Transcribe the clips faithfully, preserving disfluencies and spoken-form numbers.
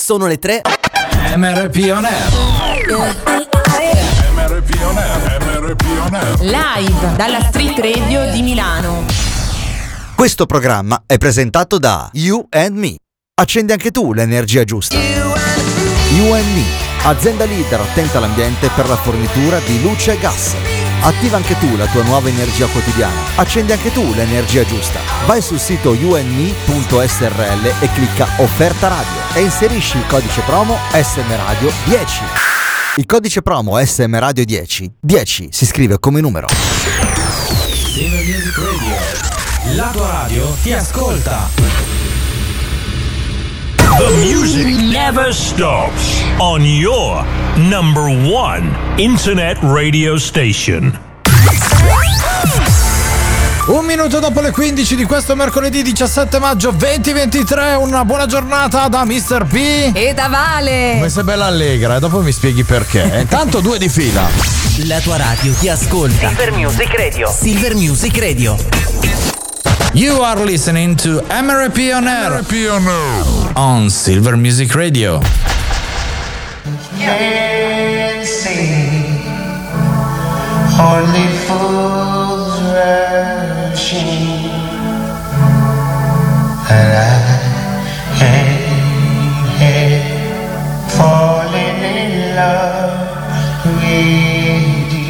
sono le tre. M R P On Air. M R P On Air, M R P On Air. Live dalla Street Radio di Milano. Questo programma è presentato da You and Me. Accendi anche tu l'energia giusta. You and Me, azienda leader attenta all'ambiente per la fornitura di luce e gas. Attiva anche tu la tua nuova energia quotidiana. Accendi anche tu l'energia giusta. Vai sul sito you and me punto s r l e clicca offerta radio e inserisci il codice promo S M Radio dieci. Il codice promo S M Radio dieci. dieci si scrive come numero. Silver Music Radio. La tua radio ti ascolta. The music never stops on your number one internet radio station. Un minuto dopo le quindici di questo mercoledì diciassette maggio duemilaventitré, una buona giornata da mister P e da Vale. Come sei bella allegra, e dopo mi spieghi perché. Intanto due di fila. La tua radio ti ascolta. Silver Music Radio. Silver Music Radio. You are listening to M R P On Air, M R P On Air. on Silver Music Radio. Can't see only fools rushing, and I can't help falling in love with you.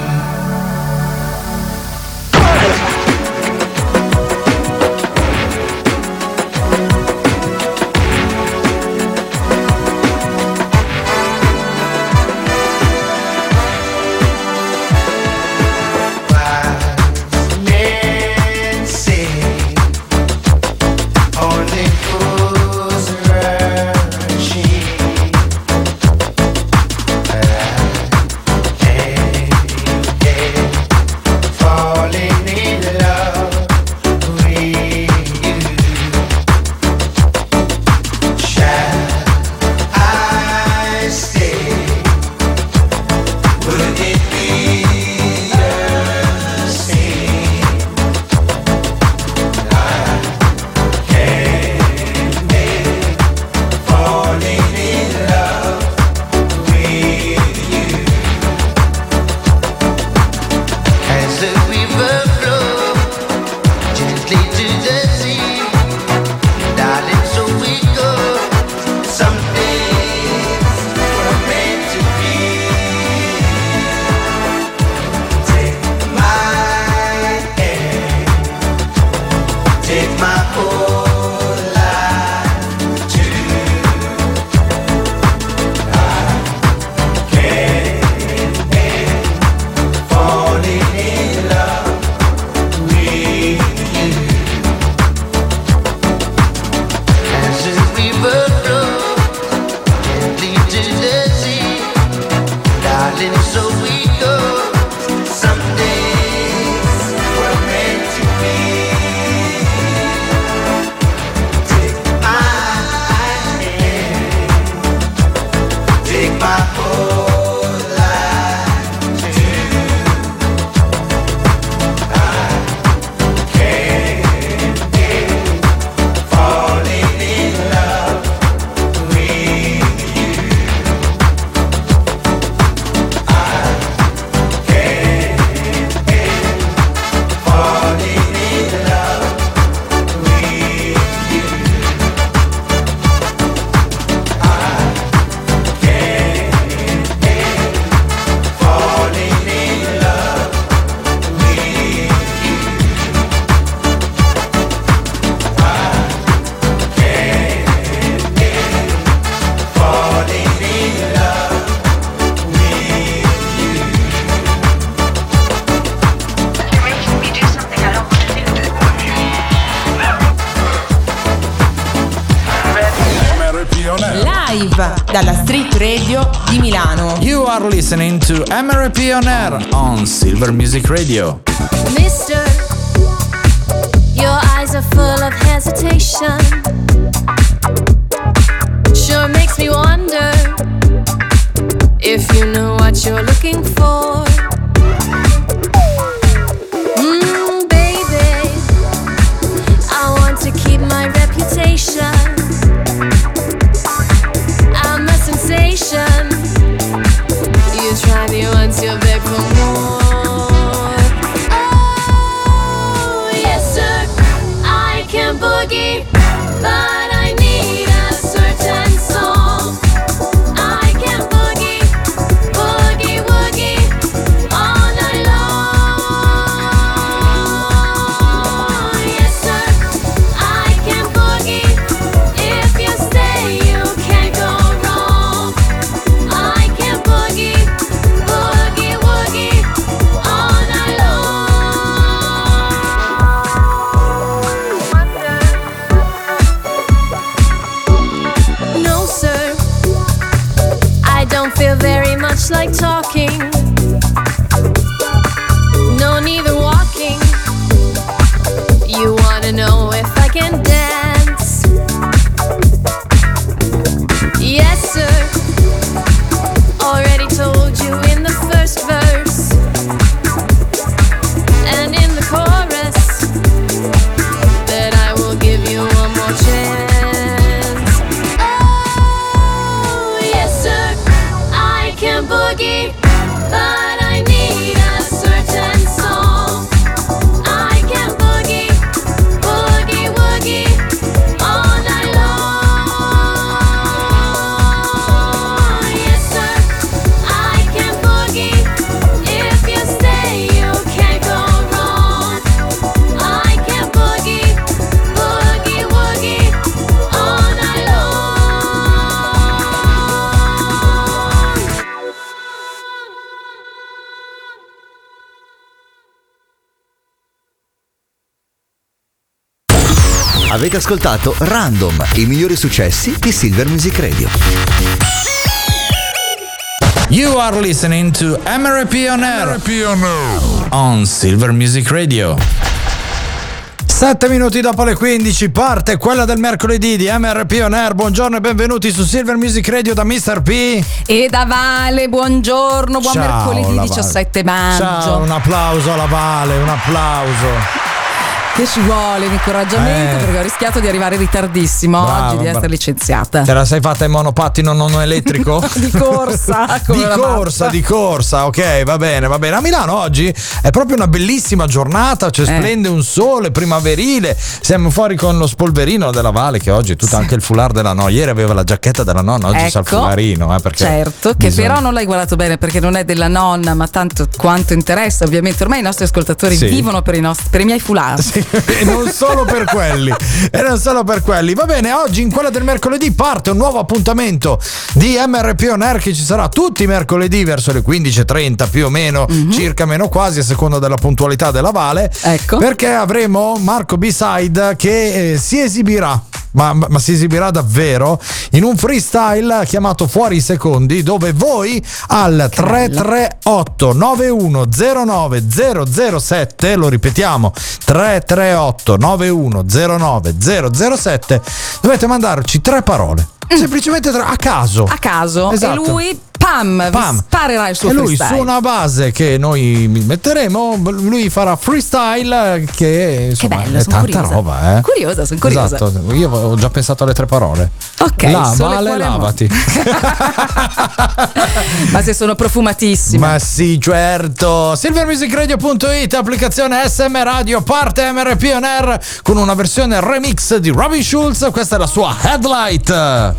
Dalla Street Radio di Milano. You are listening to M R P On Air on Silver Music Radio. Mister, your eyes are full of hesitation. Sure makes me wonder if you know what you're looking for. Mmm, baby, I want to keep my reputation. much like talking. No need of walking. You wanna know if I can dance? Yes, sir. Already told you in the first verse and in the chorus that I will give you one more chance. Oh, yes, sir. I can boogie, but I need a certain song. I can boogie, boogie, woogie all night long. Yes, sir, I can boogie. If you stay, you can't go wrong. I can boogie, boogie, woogie all night long. Avete ascoltato Random, i migliori successi di Silver Music Radio. You are listening to M R P On Air on Silver Music Radio. Sette minuti dopo le quindici parte quella del mercoledì di M R P On Air. Buongiorno e benvenuti su Silver Music Radio da mister P e da Vale. Buongiorno, buon Ciao, mercoledì la diciassette Vale. maggio. Ciao, un applauso alla Vale, un applauso. Che ci vuole un incoraggiamento, Eh. perché ho rischiato di arrivare ritardissimo Brava, oggi, di essere brava. licenziata. Te la sei fatta in monopattino non elettrico? Di corsa, come di la corsa, mazza. di corsa, ok, va bene, va bene. A Milano oggi è proprio una bellissima giornata, c'è Eh. splende un sole primaverile. Siamo fuori con lo spolverino della Vale, che oggi è tutto anche il foulard della nonna. Ieri aveva la giacchetta della nonna, oggi c'ha il Ecco, foularino, eh, perché certo, che bisogna- però non l'hai guardato bene perché non è della nonna, ma tanto quanto interessa. Ovviamente ormai i nostri ascoltatori Sì. vivono per i, nostri, per i miei foulard. Sì, e non solo per quelli, e non solo per quelli. Va bene, oggi in quella del mercoledì parte un nuovo appuntamento di M R P On Air che ci sarà tutti i mercoledì verso le quindici e trenta più o meno, Mhm. circa meno quasi a seconda della puntualità della Vale. Ecco. Perché avremo Marco B-Side che eh, si esibirà. Ma, ma, ma si esibirà davvero in un freestyle chiamato Fuori i Secondi, dove voi al tre tre otto nove uno zero nove zero zero sette, lo ripetiamo, tre tre otto nove uno zero nove zero zero sette, dovete mandarci tre parole, semplicemente tre, a caso. A caso. Esatto. E lui, pam, Pam. vi sparerà il suo E lui freestyle. su una base che noi metteremo, lui farà freestyle che insomma bello, è sono tanta curiosa. roba, eh. Curiosa, sono curiosa. Esatto, io ho già pensato alle tre parole. Ok, La, sole, Vale, cuore, amore. lavati. Ma se sono profumatissima. Ma sì, certo. silvermusicradio punto it, applicazione S M Radio, parte M R P On Air con una versione remix di Robin Schulz. Questa è la sua Headlight.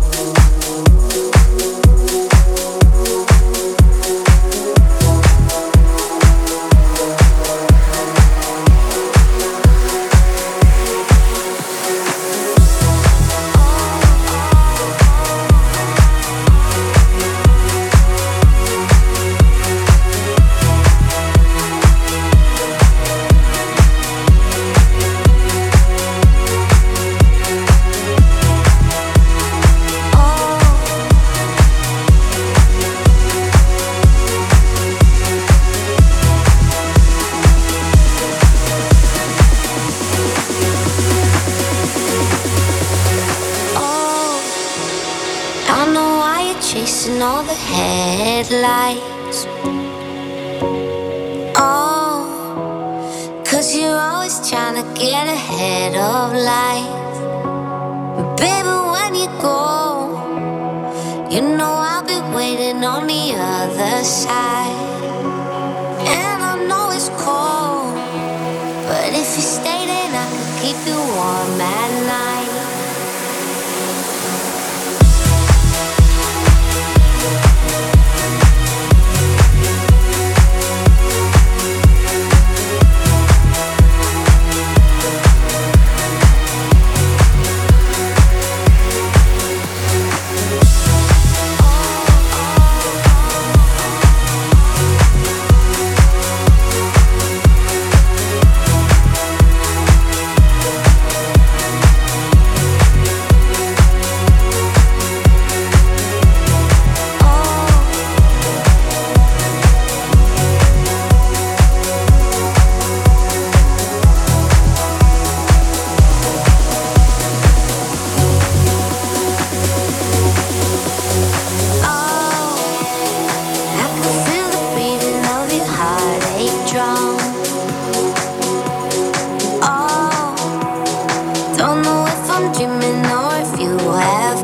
I know why you're chasing all the headlights. Oh, cause you're always trying to get ahead of life. Baby, when you go, you know I'll be waiting on the other side. And I know it's cold, but if you stay, then I can keep you warm at night.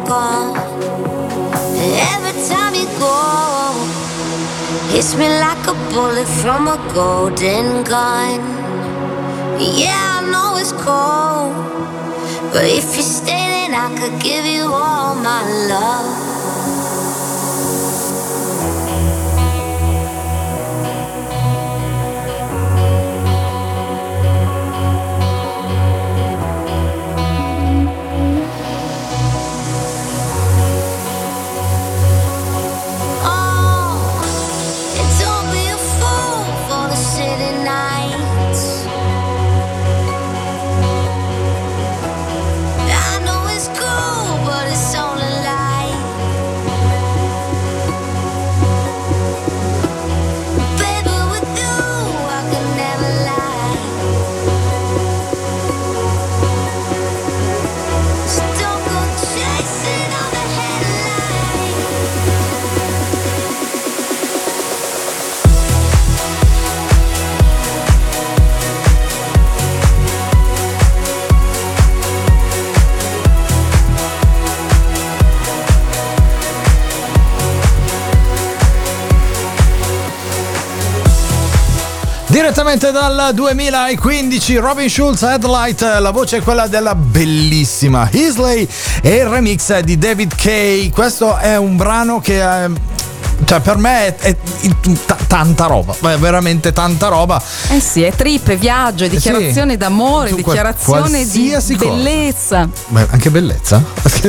gone. Every time you go, hits me like a bullet from a golden gun. Yeah, I know it's cold, but if you stay, then I could give you all my love. Direttamente dal duemilaquindici, Robin Schulz, Headlight, la voce è quella della bellissima Isley e il remix di David Kaye. Questo è un brano che è, cioè per me è, è t- tanta roba, è veramente tanta roba. Eh sì, è trip, è viaggio, è dichiarazione sì. d'amore, Tu, dichiarazione di bellezza. Beh, anche bellezza?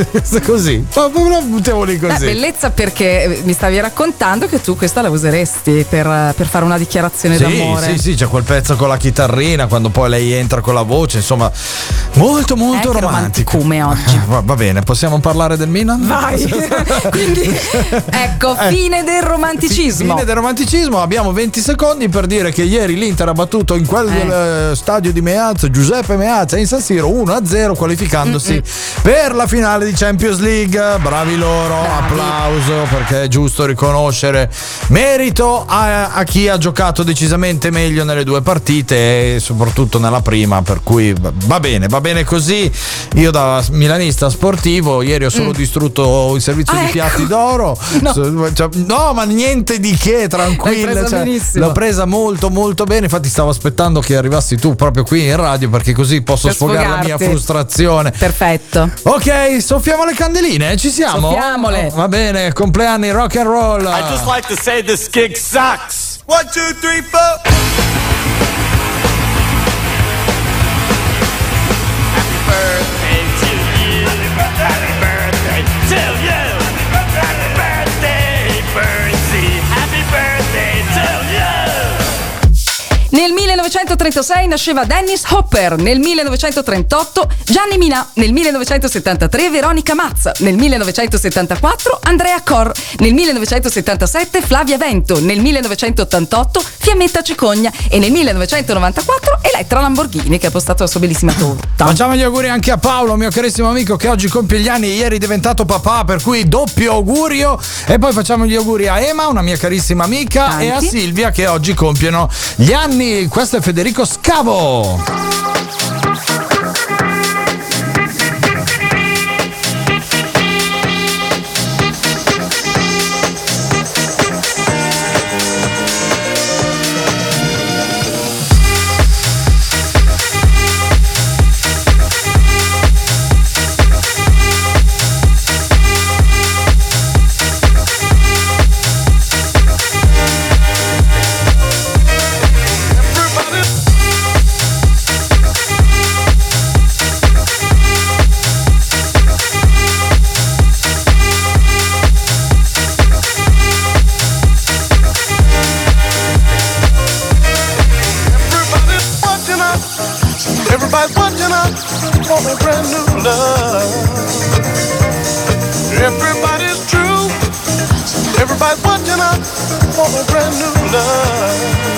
Così, ma la buttiamo lì così. Beh, bellezza perché mi stavi raccontando che tu questa la useresti per, per fare una dichiarazione sì, d'amore. Sì, sì, c'è quel pezzo con la chitarrina quando poi lei entra con la voce, insomma, molto molto eh, romantico. Come oggi. Va, va bene, possiamo parlare del Milan? Vai. Quindi ecco, fine del romanticismo. Fine del romanticismo, abbiamo venti secondi per dire che ieri l'Inter ha battuto in quel eh. stadio di Meazza, Giuseppe Meazza in San Siro uno a zero, qualificandosi Mm-mm. per la finale di Champions League. Bravi loro, Bravi. Applauso, perché è giusto riconoscere merito a, a chi ha giocato decisamente meglio nelle due partite e soprattutto nella prima, per cui va bene, va bene così. Io da milanista sportivo ieri ho solo mm. distrutto il servizio ah, di ecco. piatti d'oro. No. Cioè, no, ma niente di che, tranquilla. Cioè, l'ho presa molto molto bene, infatti stavo aspettando che arrivassi tu proprio qui in radio perché così posso per sfogare sfogarti. La mia frustrazione. Perfetto. Ok, soffiamo le candeline, ci siamo? Soffiamole. Oh, va bene, compleanni rock and roll. I just like to say this gig sucks. One, two, three, four. Happy birthday to you. Happy birthday to you. Happy birthday, Bertie. Happy birthday to you. Nel millenovecentotrentasei nasceva Dennis Hopper, nel millenovecentotrentotto Gianni Minà, nel millenovecentosettantatré Veronica Mazza, nel millenovecentosettantaquattro Andrea Cor, nel millenovecentosettantasette Flavia Vento, nel millenovecentottantotto Fiammetta Cicogna e nel millenovecentonovantaquattro Elettra Lamborghini, che ha postato la sua bellissima torta. Facciamo gli auguri anche a Paolo, mio carissimo amico, che oggi compie gli anni e ieri è diventato papà, per cui doppio augurio. E poi facciamo gli auguri a Ema, una mia carissima amica, Tanti. e a Silvia, che oggi compiono gli anni. Questo è Federico Scavo. Everybody's watching us for a brand new love. Everybody's true. Everybody's watching us for a brand new love.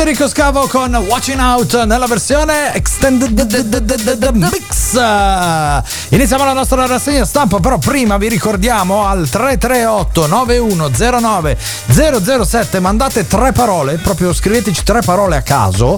Federico Scavo con Watching Out nella versione Extended Mix. Iniziamo la nostra rassegna stampa, però prima vi ricordiamo al tre tre otto nove uno zero nove zero zero sette mandate tre parole, proprio scriveteci tre parole a caso,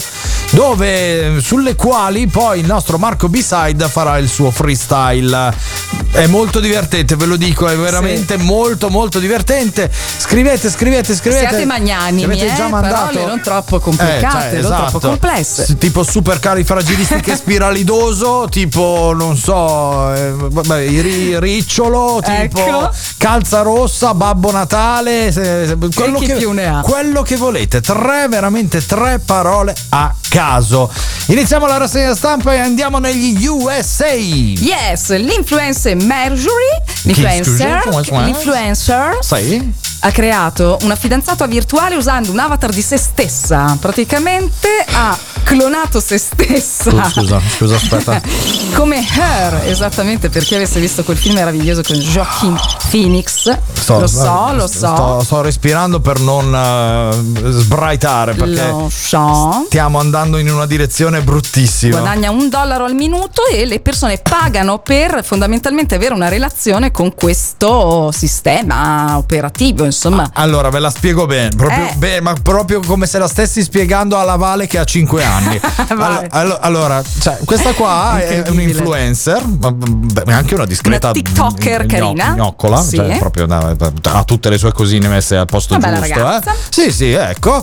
dove sulle quali poi il nostro Marco B-Side farà il suo freestyle. È molto divertente, ve lo dico, è veramente sì. molto molto divertente. Scrivete, scrivete, scrivete. Siate magnanimi, avete eh, già mandato parole non troppo complicate, eh, cioè, non esatto. troppo complesse. Tipo supercalifragilistiche spiralidoso, tipo non so, eh, vabbè, ri- ricciolo, tipo Ecco. calza rossa, Babbo Natale, se, quello, chi che, più ne ha. quello che volete. Tre, veramente tre parole a caso. Iniziamo la rassegna stampa e andiamo negli U S A. Yes, l'influencer Marjorie, l'influencer, l'influencer Sì. ha creato una fidanzata virtuale usando un avatar di se stessa. Praticamente ha clonato se stessa. Oh, scusa, scusa, aspetta. Come Her, esattamente, per chi avesse visto quel film meraviglioso con Joaquin Phoenix. Sto, lo so, lo so. Sto, sto respirando per non uh, sbraitare, perché Lo so. stiamo andando in una direzione bruttissima. Guadagna un dollaro al minuto e le persone pagano per fondamentalmente avere una relazione con questo sistema operativo, insomma. Allora ve la spiego bene, proprio, Eh. bene, ma proprio come se la stessi spiegando alla Vale che ha cinque anni. Vai. Allo- allora, cioè, questa qua è un Incredibile. influencer, ma beh, è anche una discreta Una TikToker gno- carina. gnoccola, Sì. cioè, proprio da- ha tutte le sue cosine messe al posto Una bella giusto. ragazza. Eh. Sì, sì, ecco.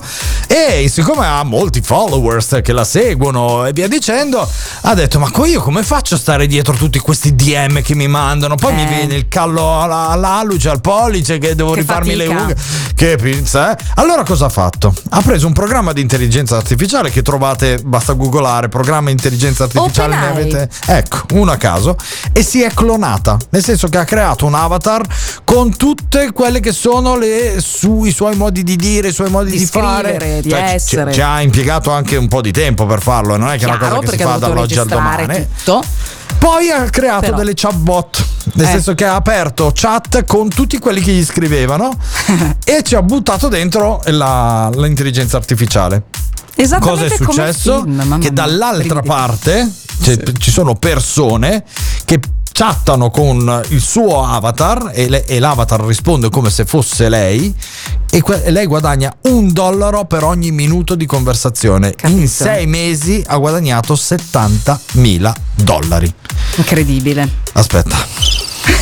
E siccome ha molti followers che la seguono e via dicendo, ha detto: ma co- io come faccio a stare dietro tutti questi D M che mi mandano? Poi Eh. mi viene il callo alla- all'alluce, al pollice, che devo Che rifarmi le fatica. unghie. Che pizza, eh? Allora cosa ha fatto? Ha preso un programma di intelligenza artificiale che trovate, basta googolare, programma di intelligenza artificiale, ne OpenAI. avete, ecco, uno a caso, e si è clonata, nel senso che ha creato un avatar con tutte quelle che sono le su, i suoi modi di dire, i suoi modi di, Di fare. scrivere, di Cioè, ci- essere. ci ha impiegato anche un po' di tempo per farlo, non è che è una Chiaro, cosa che si perché ha fa dovuto dall'oggi al registrare domani. tutto. Poi ha creato Però. delle chatbot, nel Eh. senso che ha aperto chat con tutti quelli che gli scrivevano e ci ha buttato dentro la- l'intelligenza artificiale. Cosa Esattamente è come successo? il film, mamma Che mia, dall'altra brividi. parte cioè, ci sono persone che chattano con il suo avatar e, le- e l'avatar risponde come se fosse lei e, que- e lei guadagna un dollaro per ogni minuto di conversazione. Capito. In sei mesi ha guadagnato settantamila dollari. Incredibile. Aspetta.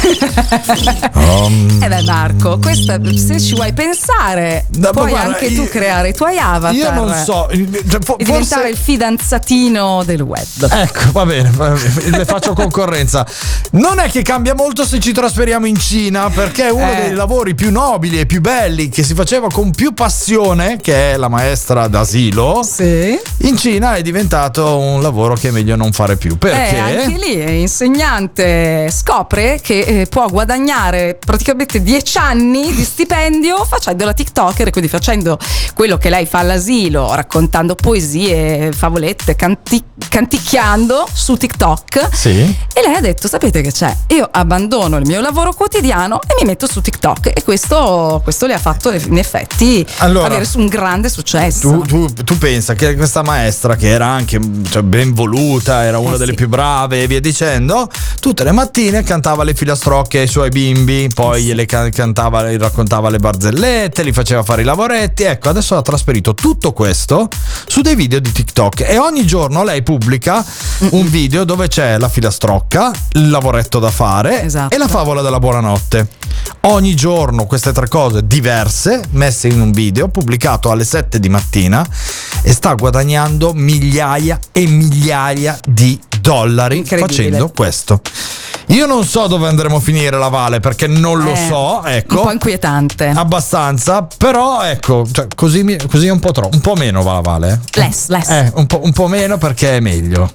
Um, Eh beh Marco, questa, se ci vuoi pensare, No, ma puoi guarda, anche io- tu creare i tuoi avatar. io non so, cioè, fo- E diventare forse- il fidanzatino del web. Ecco, va bene, va bene, le faccio concorrenza. Non è che cambia molto se ci trasferiamo in Cina, perché è uno Eh. dei lavori più nobili e più belli che si faceva con più passione, che è la maestra d'asilo. Sì. In Cina è diventato un lavoro che è meglio non fare più. Perché? Eh, anche lì l'insegnante scopre che eh, può guadagnare praticamente dieci anni di stipendio facendo la TikToker, e quindi facendo quello che lei fa all'asilo, raccontando poesie, favolette, canti- canticchiando su TikTok. Sì. E lei ha detto: sapete che c'è? Io abbandono il mio lavoro quotidiano e mi metto su TikTok. E questo, questo le ha fatto in effetti Allora, avere un grande successo. Tu, tu, tu pensa che questa maestra, che era anche cioè, ben voluta, era una Eh, delle sì. più brave e via dicendo, tutte le mattine cantava le filastrocche ai suoi bimbi, poi gliele ca- cantava, gli raccontava le barzellette, li faceva fare i lavoretti. Ecco, adesso ha trasferito tutto questo su dei video di TikTok e ogni giorno lei pubblica un video dove c'è la filastrocca, il lavoretto da fare Esatto. e la favola della buonanotte. Ogni giorno queste tre cose diverse messe in un video pubblicato alle sette di mattina e sta guadagnando migliaia e migliaia di dollari Incredibile. facendo questo. Io non so dove andremo a finire la Vale, perché non lo Eh, so, ecco. Un po' inquietante. Abbastanza, però ecco, cioè, così, mi- così è un po' troppo, un po' meno va la Vale. Less, less. Eh, un po', un po' meno perché è meglio.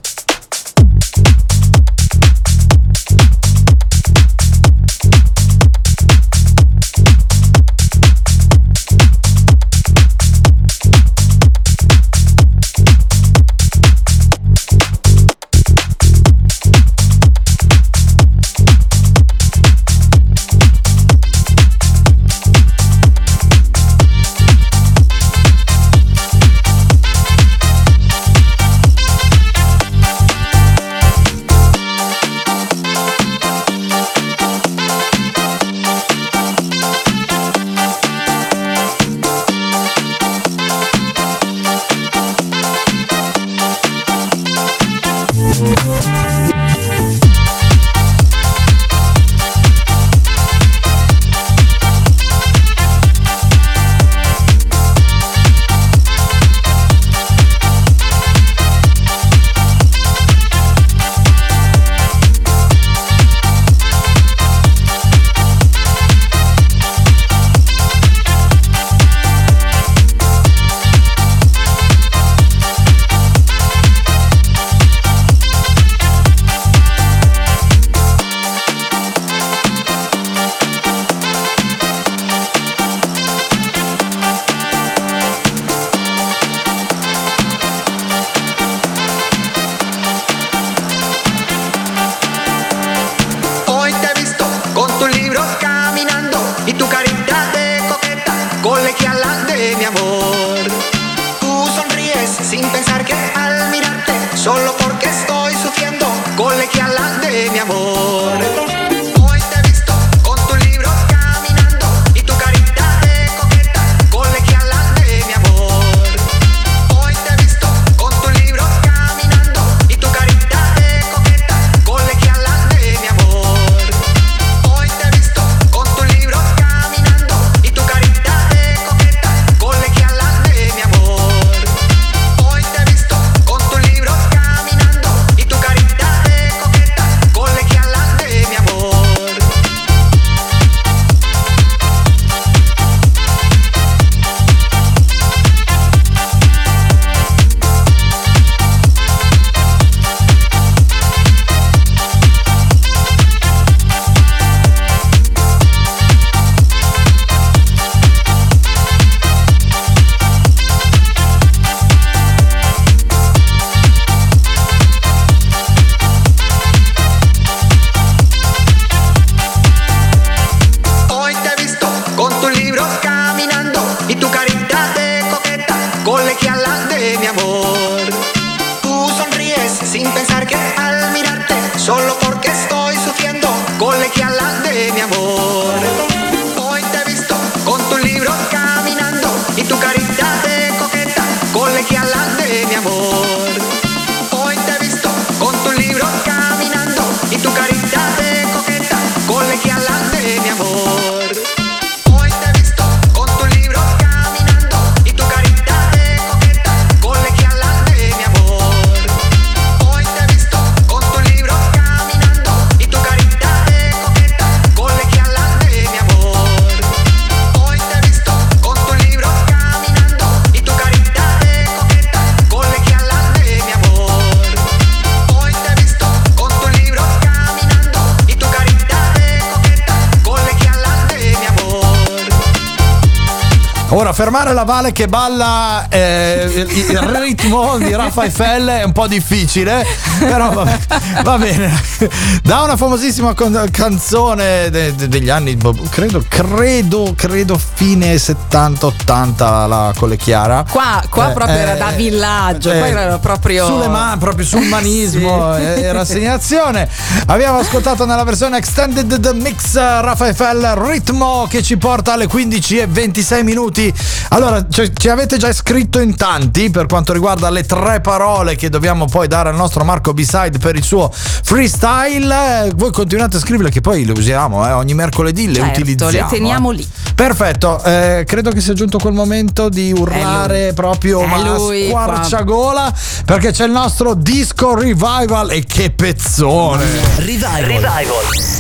Ora, fermare la Vale che balla eh, il, il ritmo di Raffaele è un po' difficile, però va, va bene. Da una famosissima con, canzone de, de, degli anni, credo, credo, credo fine settanta ottanta, la Collechiara. Qua, qua eh, proprio eh, era da villaggio, eh, poi era proprio sulle man, proprio sul manismo, sì. e, e rassegnazione. Abbiamo ascoltato nella versione extended the mix Raffaele Ritmo, che ci porta alle quindici e ventisei minuti. Allora, ci, ci avete già scritto in tanti per quanto riguarda le tre parole che dobbiamo poi dare al nostro Marco B-Side per il suo freestyle. Voi continuate a scriverle, che poi le usiamo, eh, ogni mercoledì le certo, utilizziamo. Le teniamo eh. lì. Perfetto, eh, credo che sia giunto quel momento di urlare proprio È ma lui, squarciagola, perché c'è il nostro disco revival e che pezzone! Revival. Revival.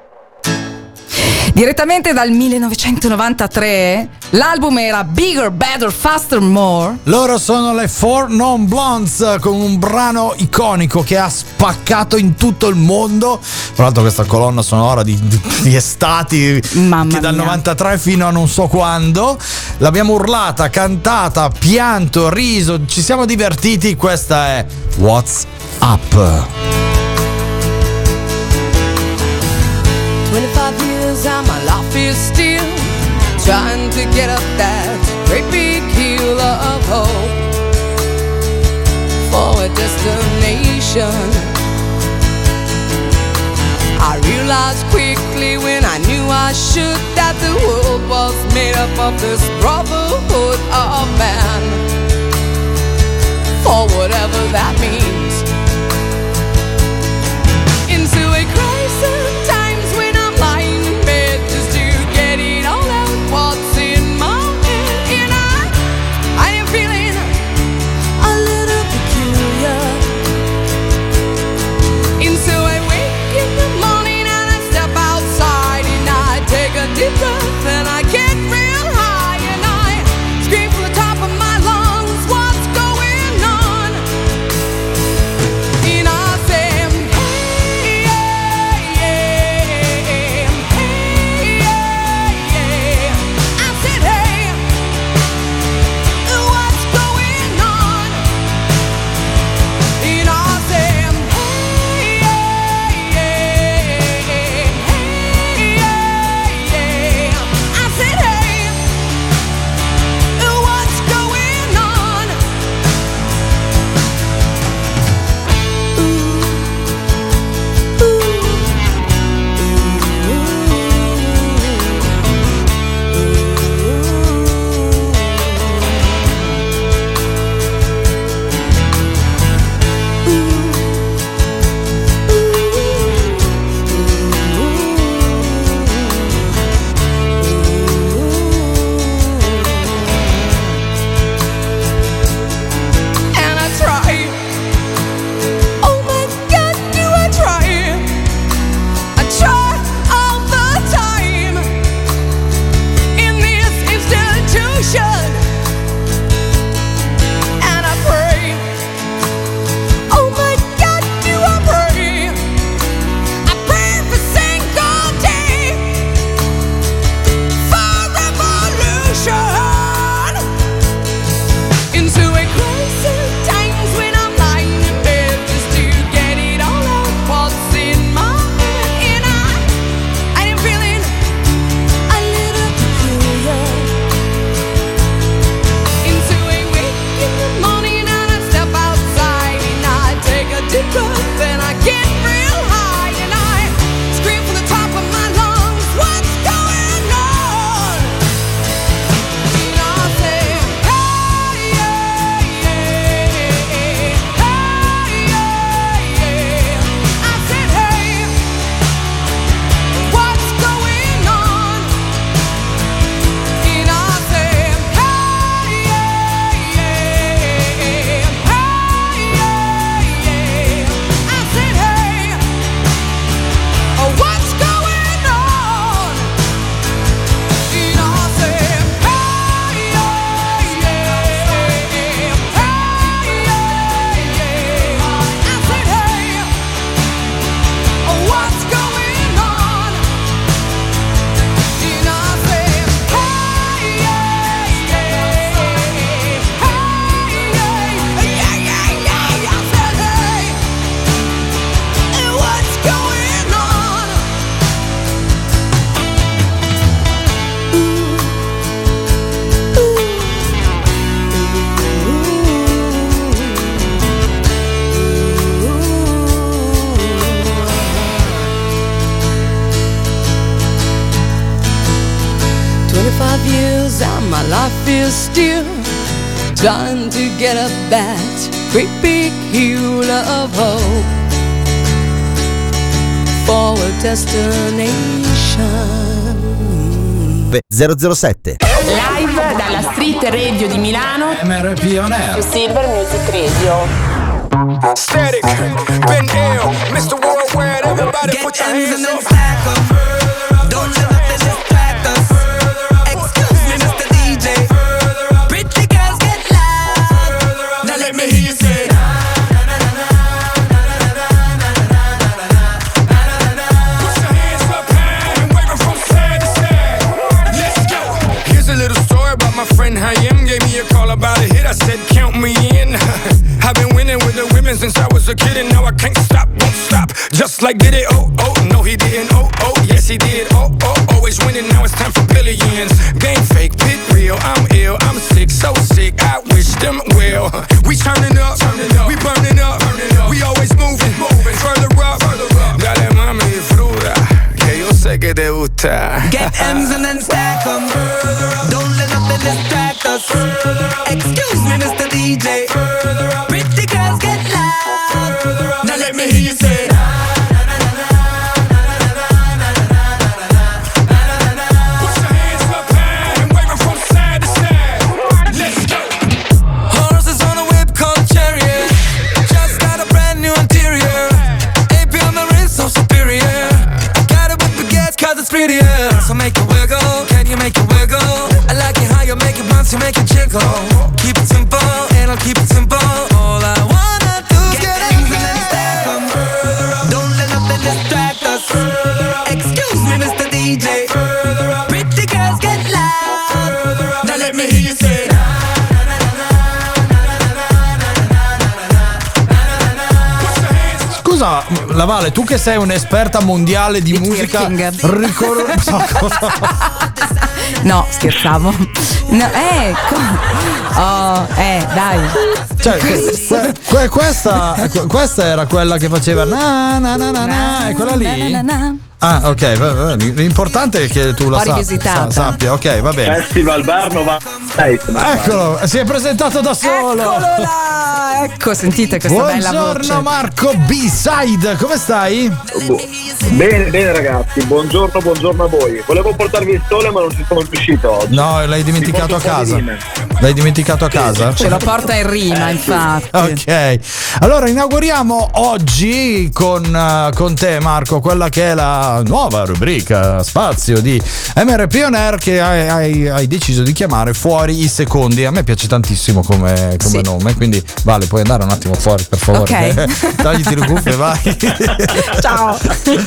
Direttamente dal millenovecentonovantatré, l'album era Bigger, Better, Faster, More. Loro sono le Four Non Blondes, con un brano iconico che ha spaccato in tutto il mondo. Tra l'altro questa colonna sonora di, di, di estati Mamma che dal mia. novantatré fino a non so quando l'abbiamo urlata, cantata, pianto, riso, ci siamo divertiti. Questa è What's Up. twenty-five years and my life is still trying to get up that great big hill of hope for a destination. I realized quickly when I knew I should that the world was made up of this brotherhood of man, for whatever that means. my life is still trying to get up that great big hill of hope for a destination. zero zero sette Live dalla Street Radio di Milano. M R P On Air. Su Silver Music Radio. Static, been ill, Mister Worldwide, everybody put your hands up. Don't let nothing distract us. Excuse me, Mister D J. Pretty girls get loud. Now let me hear you say. Put your hands up high and wave it from side to side. Let's go. Here's a little story about my friend Hayem. Gave me a call about a hit. I said, count me in. I've been winning with the women since I was a kid, and now I can't stop, won't stop. Just like did it, oh, oh, no he didn't, oh, oh, yes he did, oh, oh, always winning, now it's time for billions. Game fake, pit real, I'm ill, I'm sick, so sick, I wish them well. We turning up, we burning up, we always moving, further up, dale mami, fruta, que yo sé que te gusta. Get M's and then stack them. Don't let nothing distract us. Excuse me, Mister D J. Pretty girls get loud. Now let me hear you say. Put your hands up high and wave it from side to side. Let's go. Horses on a whip called a chariot. Just got a brand new interior. A P on the wrist, so superior. Got it with baguettes cause it's prettier. So make it wiggle, can you make it wiggle? I like it how you make it bounce, you make it jiggle. Keep it simple, and I'll keep it simple. All I wanna do is get M's and then stack them. Don't let nothing distract us. Excuse me, Mister D J. Pretty girls get loud. Now let me hear you say. Scusa, Lavale, tu che sei un'esperta mondiale di musica, ricor- No, scherzavo. No, eh, co- oh, eh, dai. Cioè, que- que- questa, questa era quella che faceva na na na na na, è quella lì? Na, na, na. Ah, ok, va- va- l'importante è che tu la Ho sa- rivisitata. sa- sappia, ok, va bene. Festival Bar novanta. Eccolo, si è presentato da solo. Eccolo là. Ecco, sentite questa bella voce. Buongiorno Marco B-Side, come stai? Bene, bene ragazzi, buongiorno, buongiorno a voi. Volevo portarvi il sole ma non ci sono riuscito oggi. No, l'hai dimenticato a casa. L'hai dimenticato a casa? Ce lo porta in rima, infatti. Ok, allora inauguriamo oggi con, uh, con te Marco quella che è la nuova rubrica spazio di M R P On Air che hai, hai, hai deciso di chiamare Fuori i Secondi. A me piace tantissimo come, come Sì. nome, quindi Vale, puoi andare un attimo fuori per favore. Ok. Togliti le cuffie, vai. Ciao.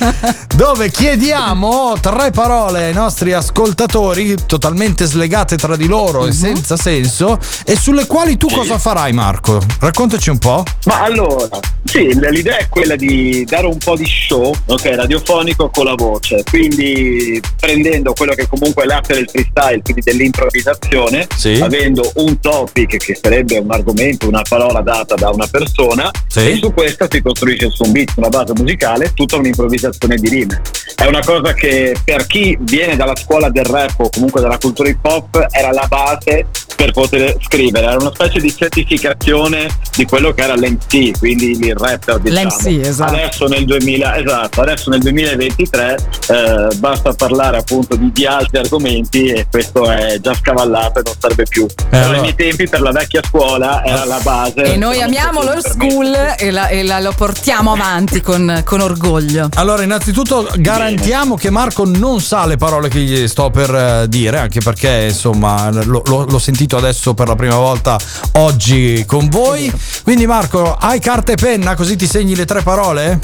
Dove chiediamo tre parole ai nostri ascoltatori totalmente slegate tra di loro e senza senso, e sulle quali tu cosa farai, Marco? Raccontaci un po'. Ma allora, sì, l'idea è quella di dare un po' di show, ok, radiofonico con la voce, quindi prendendo quello che comunque è l'arte del freestyle, quindi dell'improvvisazione, Sì. avendo un topic che sarebbe un argomento, una parola data da una persona, Sì. e su questa si costruisce su un beat, una base musicale, tutta un'improvvisazione di rime. È una cosa che per chi viene dalla scuola del rap o comunque dalla cultura hip hop era la base per poter scrivere, era una specie di certificazione di quello che era l'M C, quindi il rapper, diciamo. L'M C, esatto. Adesso nel duemila, esatto, adesso nel duemilaventitré eh, basta parlare appunto di, di altri argomenti e questo è già scavallato e non serve più. Per allora. i miei tempi, per la vecchia scuola, era la base. E noi amiamo l'old school e, la, e la, lo portiamo avanti con, con orgoglio. Allora, innanzitutto garantiamo che Marco non sa le parole che gli sto per eh, dire, anche perché insomma lo- lo- l'ho sentito adesso per la prima volta oggi con voi. Quindi Marco, hai carta e penna così ti segni le tre parole?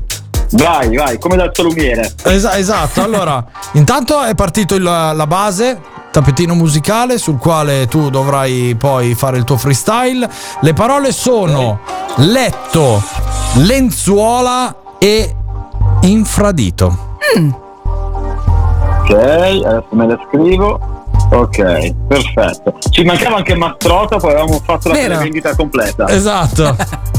Vai, vai, come dal solumiere. Esa- esatto, allora intanto è partito il- la base, tappetino musicale sul quale tu dovrai poi fare il tuo freestyle. Le parole sono letto, lenzuola e infradito. Mm. Ok, adesso me le scrivo. Ok, perfetto. Ci mancava anche Mastrota, poi avevamo fatto la Vero. vendita completa. Esatto.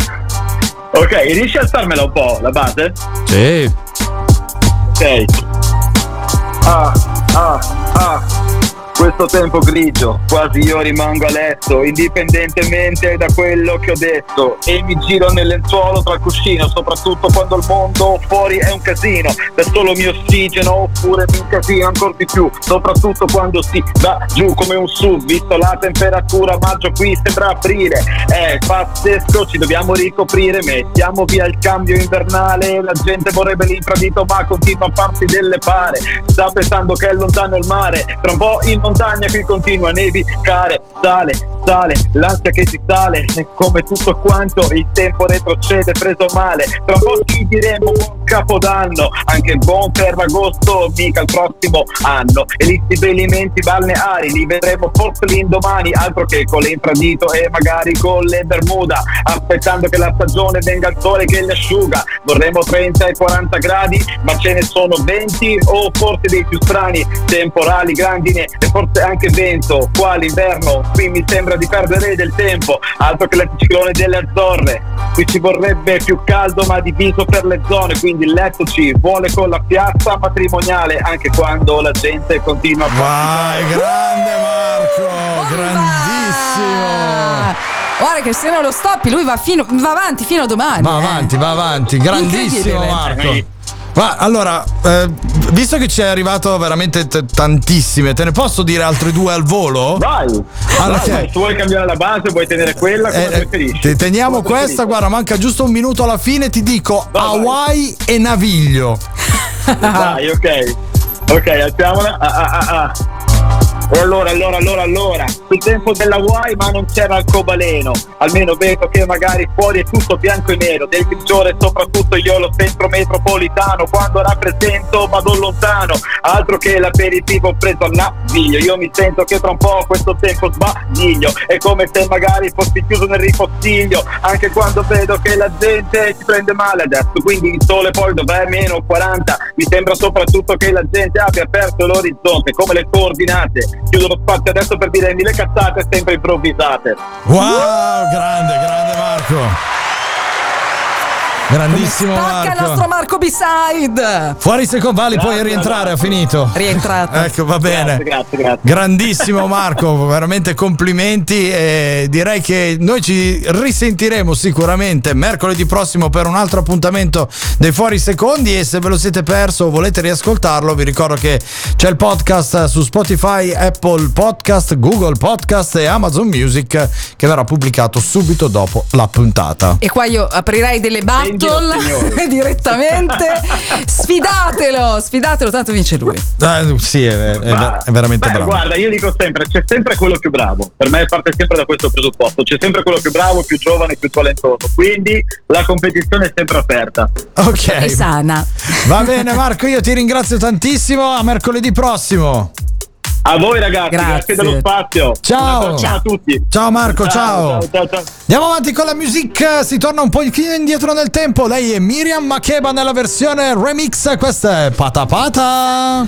Ok, riesci a alzarmela un po' la base? Sì. Ok. Ah, ah, ah. questo tempo grigio, quasi io rimango a letto, indipendentemente da quello che ho detto, e mi giro nel lenzuolo tra il cuscino, soprattutto quando il mondo fuori è un casino, da solo mi ossigeno oppure mi incasino ancora di più, soprattutto quando si va giù come un sub, visto la temperatura maggio qui sembra aprile, è pazzesco, ci dobbiamo ricoprire, mettiamo via il cambio invernale, la gente vorrebbe l'infradito ma continua a farsi delle pare, sta pensando che è lontano il mare, tra un po' in montagna qui continua a nevicare, sale, sale, l'ansia che si sale, e come tutto quanto il tempo retrocede preso male, tra un po' ci diremo buon capodanno, anche buon Ferragosto, mica il prossimo anno, e gli stabilimenti balneari li vedremo forse l'indomani, altro che con l'infradito e magari con le Bermuda, aspettando che la stagione venga il sole che li asciuga, vorremmo trenta e quaranta gradi ma ce ne sono venti o forse dei più strani, temporali, grandine e forse anche vento, qua l'inverno qui mi sembra di perdere del tempo, altro che l'anticiclone delle Azzorre, qui ci vorrebbe più caldo ma diviso per le zone, quindi il letto ci vuole con la piazza matrimoniale anche quando la gente continua a vai grande Marco, grandissimo. Guarda che se non lo stoppi lui va, fino, va avanti fino a domani. Va eh. avanti, va avanti, grandissimo Incredibile. Marco. Ma allora, eh, visto che ci è arrivato veramente t- tantissime, te ne posso dire altre due al volo? Vai, allora, vai, vai. Se vuoi cambiare la base, vuoi tenere quella, come eh, preferisci. te- teniamo Come questa, preferisci. guarda, manca giusto un minuto alla fine, ti dico Vai, Hawaii e Naviglio. Dai, ok. Ok, alziamola. Ah, ah, ah, ah. E allora, allora, allora, allora, sul tempo dell'Hawaii ma non c'era arcobaleno, almeno vedo che magari fuori è tutto bianco e nero, del grigiore soprattutto io lo centro metropolitano, quando rappresento vado lontano, altro che l'aperitivo preso al Naviglio, io mi sento che tra un po' questo tempo sbaglio, è come se magari fossi chiuso nel ripostiglio, anche quando vedo che la gente si prende male adesso, quindi il sole poi dov'è meno quaranta, mi sembra soprattutto che la gente abbia aperto l'orizzonte, come le coordinate. Chiudo lo spazio adesso per dire mille cazzate sempre improvvisate. Wow, grande, grande Marco. Grandissimo Stacca Marco. il nostro Marco B-side. Fuori secondo Vali, puoi Grazie, rientrare, ha grazie. finito. Rientrato. Ecco, va bene. Grazie, grazie, grazie. Grandissimo Marco, veramente complimenti e direi che noi ci risentiremo sicuramente mercoledì prossimo per un altro appuntamento dei Fuori Secondi e se ve lo siete perso o volete riascoltarlo vi ricordo che c'è il podcast su Spotify, Apple Podcast, Google Podcast e Amazon Music che verrà pubblicato subito dopo la puntata. E qua io aprirei delle battle signore. direttamente. Sfidatelo, sfidatelo, tanto vince lui. Eh, sì, è, è, Ma- è veramente beh, bravo. Guarda, io dico sempre, c'è sempre quello più bravo. Per me parte sempre da questo presupposto. C'è sempre quello più bravo, più giovane, più talentuoso. Quindi la competizione è sempre aperta. Ok. E sana. Va bene Marco, io ti ringrazio tantissimo, a mercoledì prossimo. A voi ragazzi, Grazie. grazie dello spazio. Ciao. Ciao a tutti. Ciao Marco, ciao. Ciao, ciao, ciao. Andiamo avanti con la music, si torna un pochino indietro nel tempo. Lei è Miriam Makeba nella versione remix, questa è Pata Pata.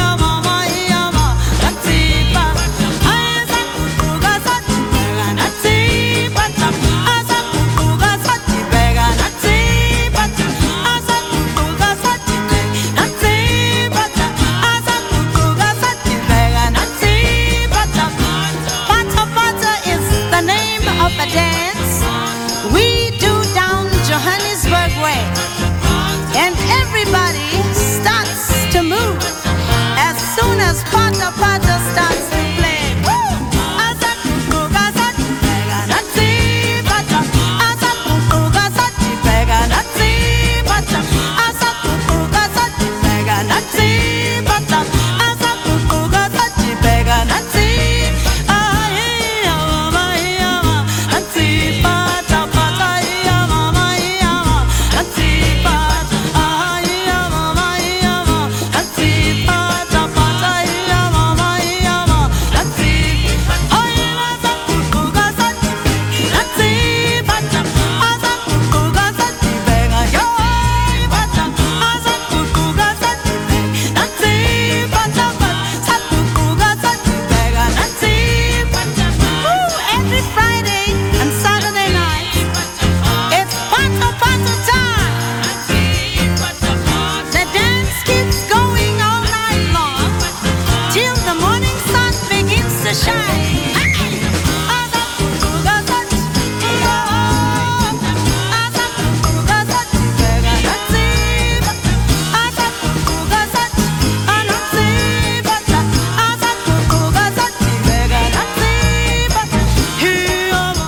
Nanti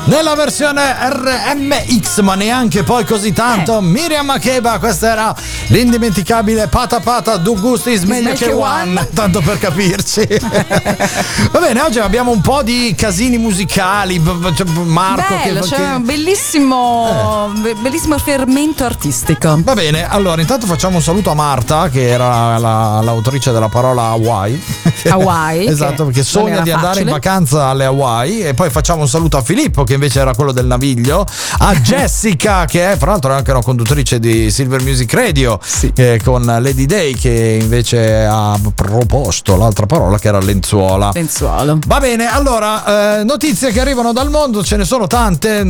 nella versione R M X, ma neanche poi così tanto. Eh. Miriam Makeba, questa era l'indimenticabile Pata Pata Du Gusti is meglio che one, tanto per capirci. Va bene, oggi abbiamo un po' di casini musicali. C'è Marco Bello, che, c'è che... un bellissimo, Eh. be- bellissimo fermento artistico. Va bene, allora intanto facciamo un saluto a Marta, che era la- l'autrice della parola Hawaii. Hawaii, Esatto, che perché non sogna era di andare facile. in vacanza alle Hawaii. E poi facciamo un saluto a Filippo, che invece era quello del naviglio, a Jessica, che è fra l'altro anche una conduttrice di Silver Music Radio, eh, con Lady Day, che invece ha proposto l'altra parola, che era lenzuola. Lenzuolo. Va bene, allora, eh, notizie che arrivano dal mondo, ce ne sono tante.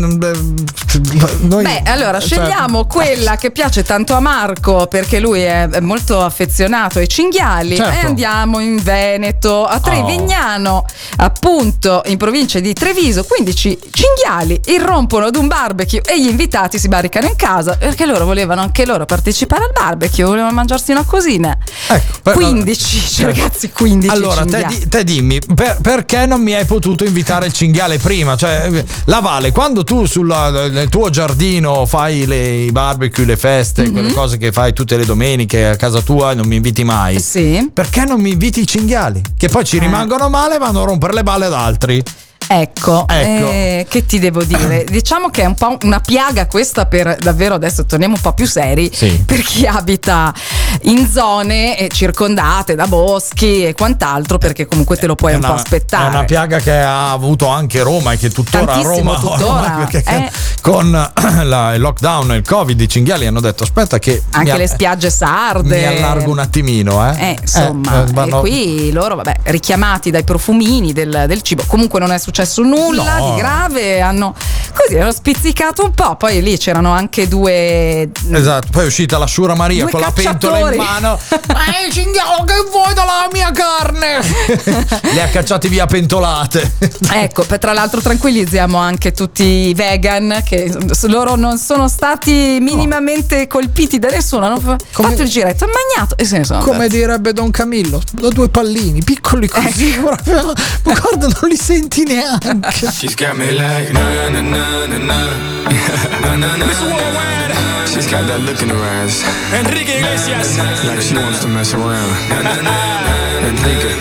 Noi, Beh, allora cioè, scegliamo quella che piace tanto a Marco, perché lui è è molto affezionato ai cinghiali. Certo. E andiamo in Veneto, a Trevignano, appunto in provincia di Treviso. quindici cinghiali irrompono ad un barbecue e gli invitati si barricano in casa, perché loro volevano anche loro partecipare al barbecue, volevano mangiarsi una cosina. Ecco, quindici, cioè, ragazzi, quindici Allora, te, cinghiali. di- te dimmi, per- perché non mi hai potuto invitare il cinghiale prima? Cioè, la Vale, quando tu sulla- nel tuo giardino fai le, i barbecue, le feste, Mhm. quelle cose che fai tutte le domeniche a casa tua e non mi inviti mai, Sì. perché non mi inviti i cinghiali? Che poi ci Eh. rimangono male e vanno a rompere le balle ad altri. Ecco, Ecco. eh, che ti devo dire? Diciamo che è un po' una piaga questa, per davvero, adesso torniamo un po' più seri, Sì. per chi abita in zone eh, circondate da boschi e quant'altro, perché comunque te lo puoi È un una, po' aspettare. è una piaga che ha avuto anche Roma e che tuttora a Tantissimo, Roma tuttora, ormai, perché eh. con la- il lockdown e il Covid i cinghiali hanno detto aspetta che Anche mi, le spiagge sarde. mi allargo un attimino, eh. Eh, insomma, Eh, eh, vanno- e qui loro, vabbè, richiamati dai profumini del, del cibo. Comunque non è successo nulla No. di grave, hanno così hanno spizzicato un po'. Poi lì c'erano anche due. Esatto, poi è uscita la Shura Maria Due con la pentola in cacciatori. mano. Ma il cinghiale, che vuoi dalla mia carne? Le ha cacciati via pentolate. Ecco, per- tra l'altro tranquillizziamo anche tutti i vegan, che s- loro non sono stati minimamente colpiti da nessuno, hanno fa- fatto il giretto, hanno mangiato e se ne sono Come andati. direbbe Don Camillo, da due pallini piccoli così, proprio, ma guarda, non li senti neanche. She's got me like na na na na na na na na. She's got that look in her eyes. Enrique Iglesias. Like she wants to mess around. Enrique,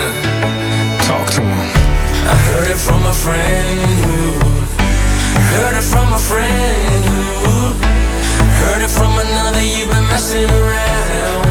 talk to him. I heard it from a friend who heard it from a friend who heard it from another. You've been messing around.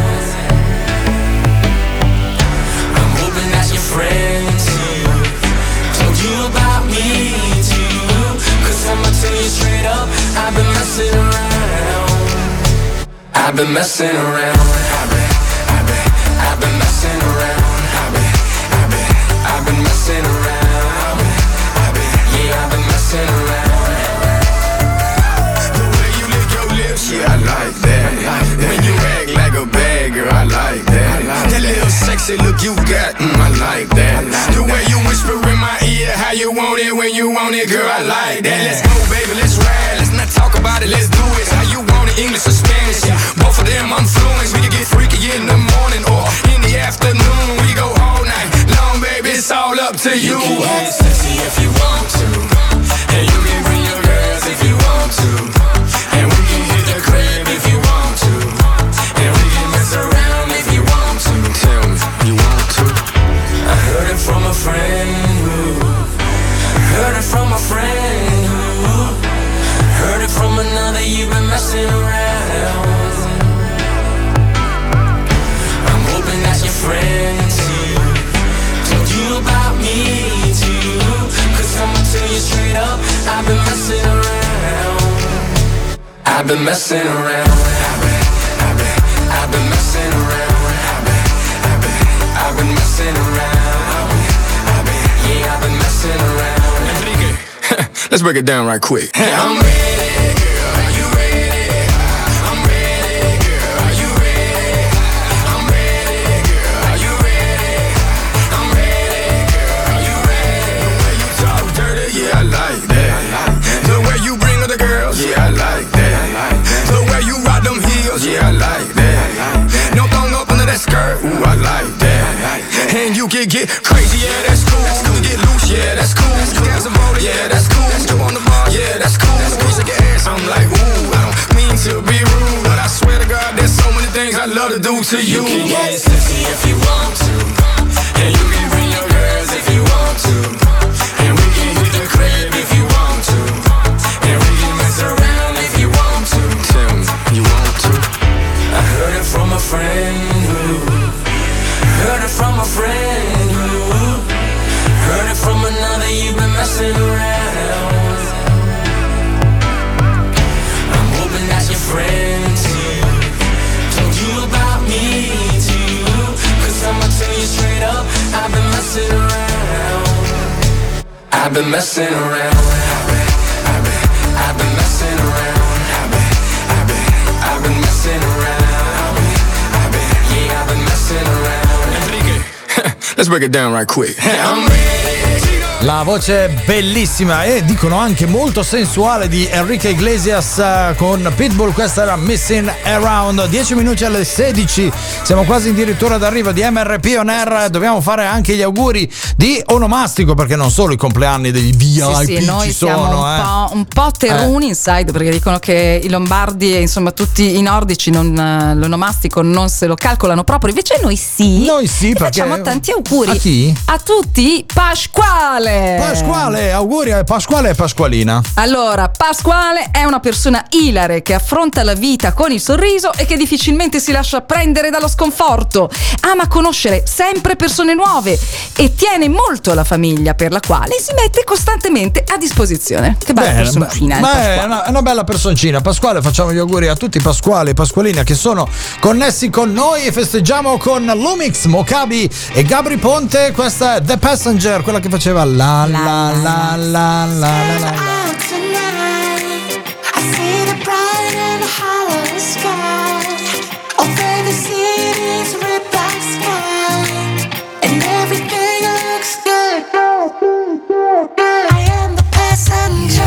I'm hoping that's your friend too. Told you about me too. Cause I'ma tell you straight up, I've been messing around. I've been messing around. I've been, I've been, I've been messing around. I've been, I've been, I've been messing around. I've been, I've been, yeah, I've been messing around. The way you lick your lips, yeah, I like that. When you act like a bad girl, I like that. That little sexy look you got, mm, I like that. The way you whisper in my ear, how you want it when you want it, girl, I like that. Let's go, baby, let's ride. Let's not talk about it, let's do it. How you want it, English or Spanish? Yeah, both of them I'm fluent. We can get freaky in the morning or in the afternoon. We go all night long, baby, it's all up to you. You can get sexy if you want to, and you can bring your girls if you want to, and we can hit the crib if you want to, and we can mess around if you want to. Tell me, you want to? I heard it from a friend who heard it from a friend who heard it from another. You've been messing around. I'm hoping that's your friend too. Told you about me too. Cause I'ma tell you straight up, I've been messing around. I've been messing around. I've been, I've been, I've been messing around. I've been, I've been, I've been messing around. I've been, I've been, yeah, I've been messing around. Enrique, let's break it down right quick. I'm ready, girl. Are you ready? I'm ready, girl. Are you ready? I'm ready, girl. Are you ready? I'm ready, girl. Are you ready? The way you talk dirty, yeah, I like that. The way you bring other girls, yeah, I like that. The way you rock them heels, yeah, I like that. No thong up under that skirt, ooh, I like that. And you can get crazy, yeah, that's cool. You can get loose. Yeah, that's cool. Yeah, that's cool. Jump on the bar. Yeah, that's cool. Shake your ass, I'm like, ooh. I don't mean to be rude, but I swear to God, there's so many things I love to do to you. You can get sexy if you want to, and you can bring your girls if you want to, and we can hit the crib if you want to, and we can mess around if you want to. Tell me, you want to? I heard it from a friend who heard it from a friend who heard it from another. You've been messing around. I'm hoping that your friend too told you about me too. Cause I'ma tell you straight up, I've been messing around. I've been messing around. I've been, I've been, I've been messing around. I've been, I've been, I've been messing around. I've been, I've been, yeah, I've been messing around. Enrique, let's break it down right quick. I'm ready. La voce bellissima e dicono anche molto sensuale di Enrique Iglesias uh, con Pitbull. Questa era Missing Around. dieci minuti alle sedici, siamo quasi addirittura d'arrivo di M R P On Air. Dobbiamo fare anche gli auguri di onomastico, perché non solo i compleanni degli V I P sì, sì, noi ci siamo sono un, eh. po', un po' terruni eh. inside, perché dicono che i lombardi e insomma tutti i nordici non, l'onomastico non se lo calcolano proprio, invece noi sì. Noi sì, e perché facciamo tanti auguri a chi? A tutti. Pasquale Pasquale, auguri a Pasquale e Pasqualina. Allora, Pasquale è una persona ilare che affronta la vita con il sorriso e che difficilmente si lascia prendere dallo sconforto. Ama conoscere sempre persone nuove e tiene molto alla famiglia, per la quale si mette costantemente a disposizione. Che bella Bene, personcina. ma il è Pasquale. una, è una bella personcina. Pasquale, facciamo gli auguri a tutti i Pasquali e Pasqualina che sono connessi con noi, e festeggiamo con Lumix, Mokabi e Gabri Ponte. Questa è The Passenger, quella che faceva la la la la la la la. Out tonight, I see the bright and hollow sky. Over the city's red black sky, and everything looks good. I am the passenger.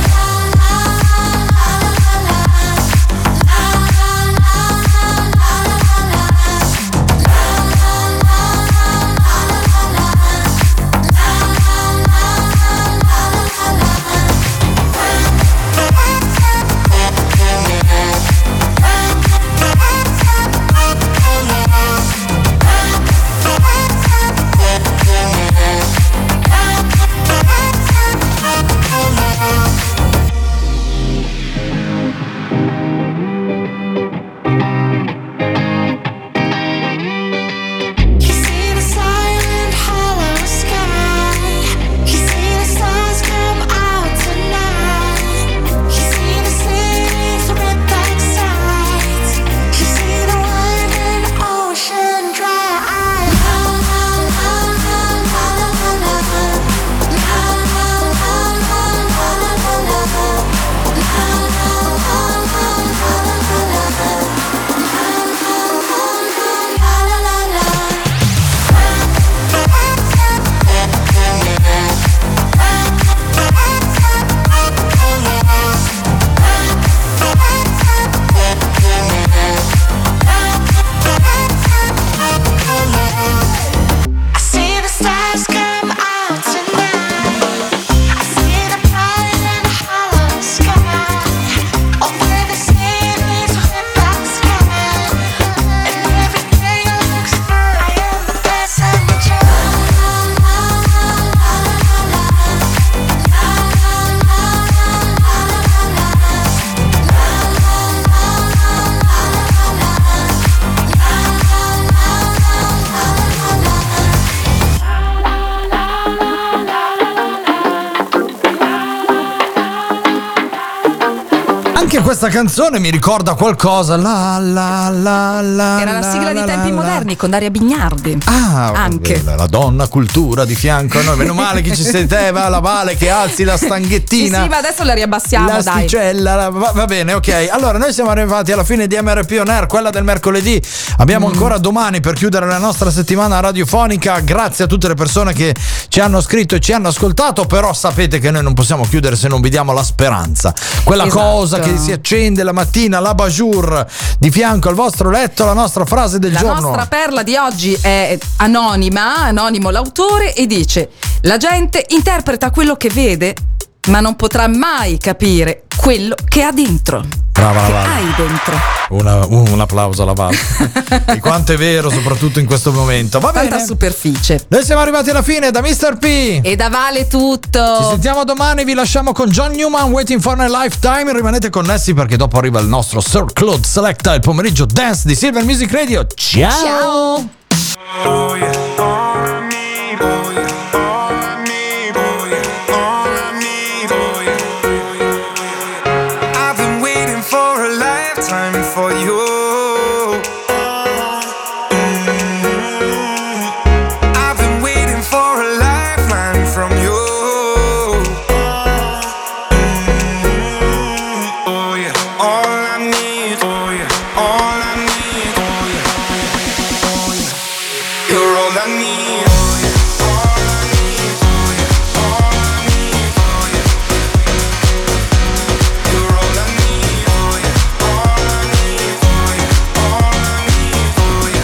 Anche questa canzone mi ricorda qualcosa. La la la la. Era la sigla la, di Tempi la, Moderni con Daria Bignardi. Ah, anche la donna cultura di fianco a noi. Meno male che ci senteva la Vale, che alzi la stanghettina. Sì, sì, ma adesso la riabbassiamo, dai. L'asticella, va, va bene, ok. Allora, noi siamo arrivati alla fine di M R P On Air, quella del mercoledì. Abbiamo mm. ancora domani per chiudere la nostra settimana radiofonica. Grazie a tutte le persone che ci hanno scritto e ci hanno ascoltato. Però sapete che noi non possiamo chiudere se non vi diamo la speranza. Quella esatto. cosa che si accende la mattina, la bajour di fianco al vostro letto, la nostra frase del la giorno. La nostra perla di oggi è anonima, anonimo l'autore, e dice: La gente interpreta quello che vede, ma non potrà mai capire quello che ha dentro. Brava la Che Val. hai dentro. Una- un, un applauso alla Val. E quanto è vero, soprattutto in questo momento. Va Tanta bene. superficie. Noi siamo arrivati alla fine da mister P. E da Vale tutto. Ci sentiamo domani, vi lasciamo con John Newman, Waiting for a Lifetime. Rimanete connessi perché dopo arriva il nostro Sir Claude Selecta, il pomeriggio dance di Silver Music Radio. Ciao! Ciao. Oh yeah, all I need, oh yeah, all I need, oh yeah, all I need, oh yeah. I've been waiting for a lifetime for you. Mm. I've been waiting for a lifeline from you. Mm. Oh yeah, all I need, oh yeah, all I need, oh yeah. Oh yeah. You're all I need. Oh yeah. All I need. Oh yeah. All I need. Oh yeah. You're all I need. Oh yeah. All I need. Oh yeah. All I need. Oh yeah.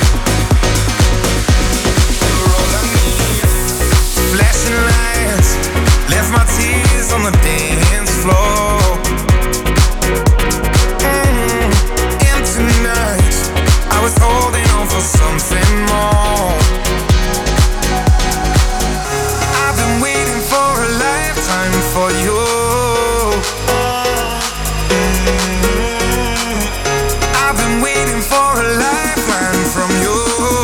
You're all I need. Flashing lights left my tears on the dance floor. Mm. Empty nights, I was holding on for something more. I've been waiting for a lifetime for you. Mm. I've been waiting for a lifeline from you.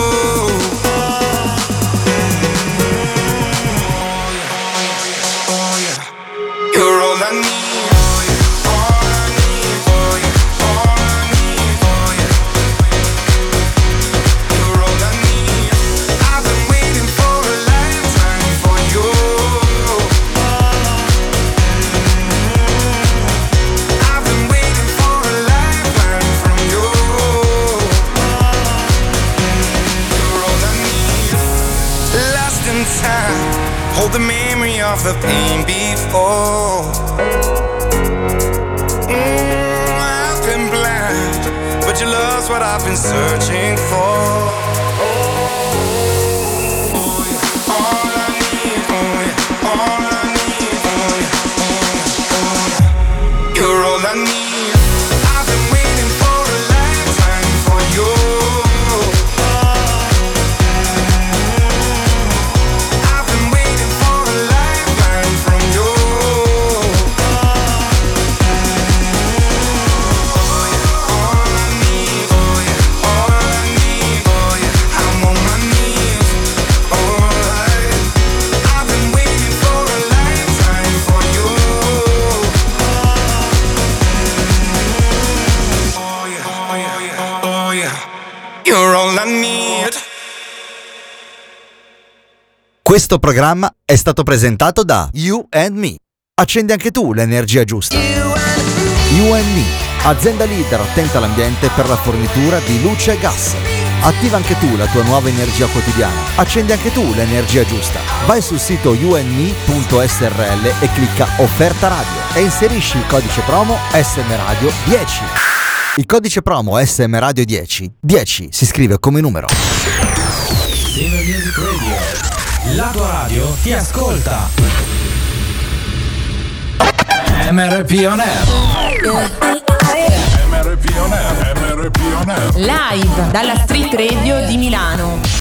Mm. Oh yeah, you're all I need. Oh yeah, all I need. Oh yeah, all I need. Oh yeah. You're all I need. I've been waiting for a lifetime for you. I've been waiting for a lifeline from you. You're all I need. Lost in time, hold the memory of the pain before. Mm, I've been blind, but your love's what I've been searching for. Oh yeah, all I need, oh yeah, all I need, oh yeah, oh yeah, oh yeah. You're all I need. I've been waiting for a lifetime for you. I've been waiting for a lifeline from you. Oh yeah, all I need, oh yeah, all I need, oh yeah. I'm on my knees, alright. I've been waiting for a lifetime for you. Oh yeah, oh yeah, oh yeah. You're all I need. Questo programma è stato presentato da You and Me. Accendi anche tu l'energia giusta. You and Me, azienda leader attenta all'ambiente per la fornitura di luce e gas. Attiva anche tu la tua nuova energia quotidiana. Accendi anche tu l'energia giusta. Vai sul sito you and me punto s r l e clicca offerta radio e inserisci il codice promo S M Radio dieci. Il codice promo S M Radio dieci, dieci si scrive come numero. Silver Music Radio. La tua radio ti ascolta. M R P On Air. M R P On Air, M R P On Air. Live dalla Street Radio di Milano.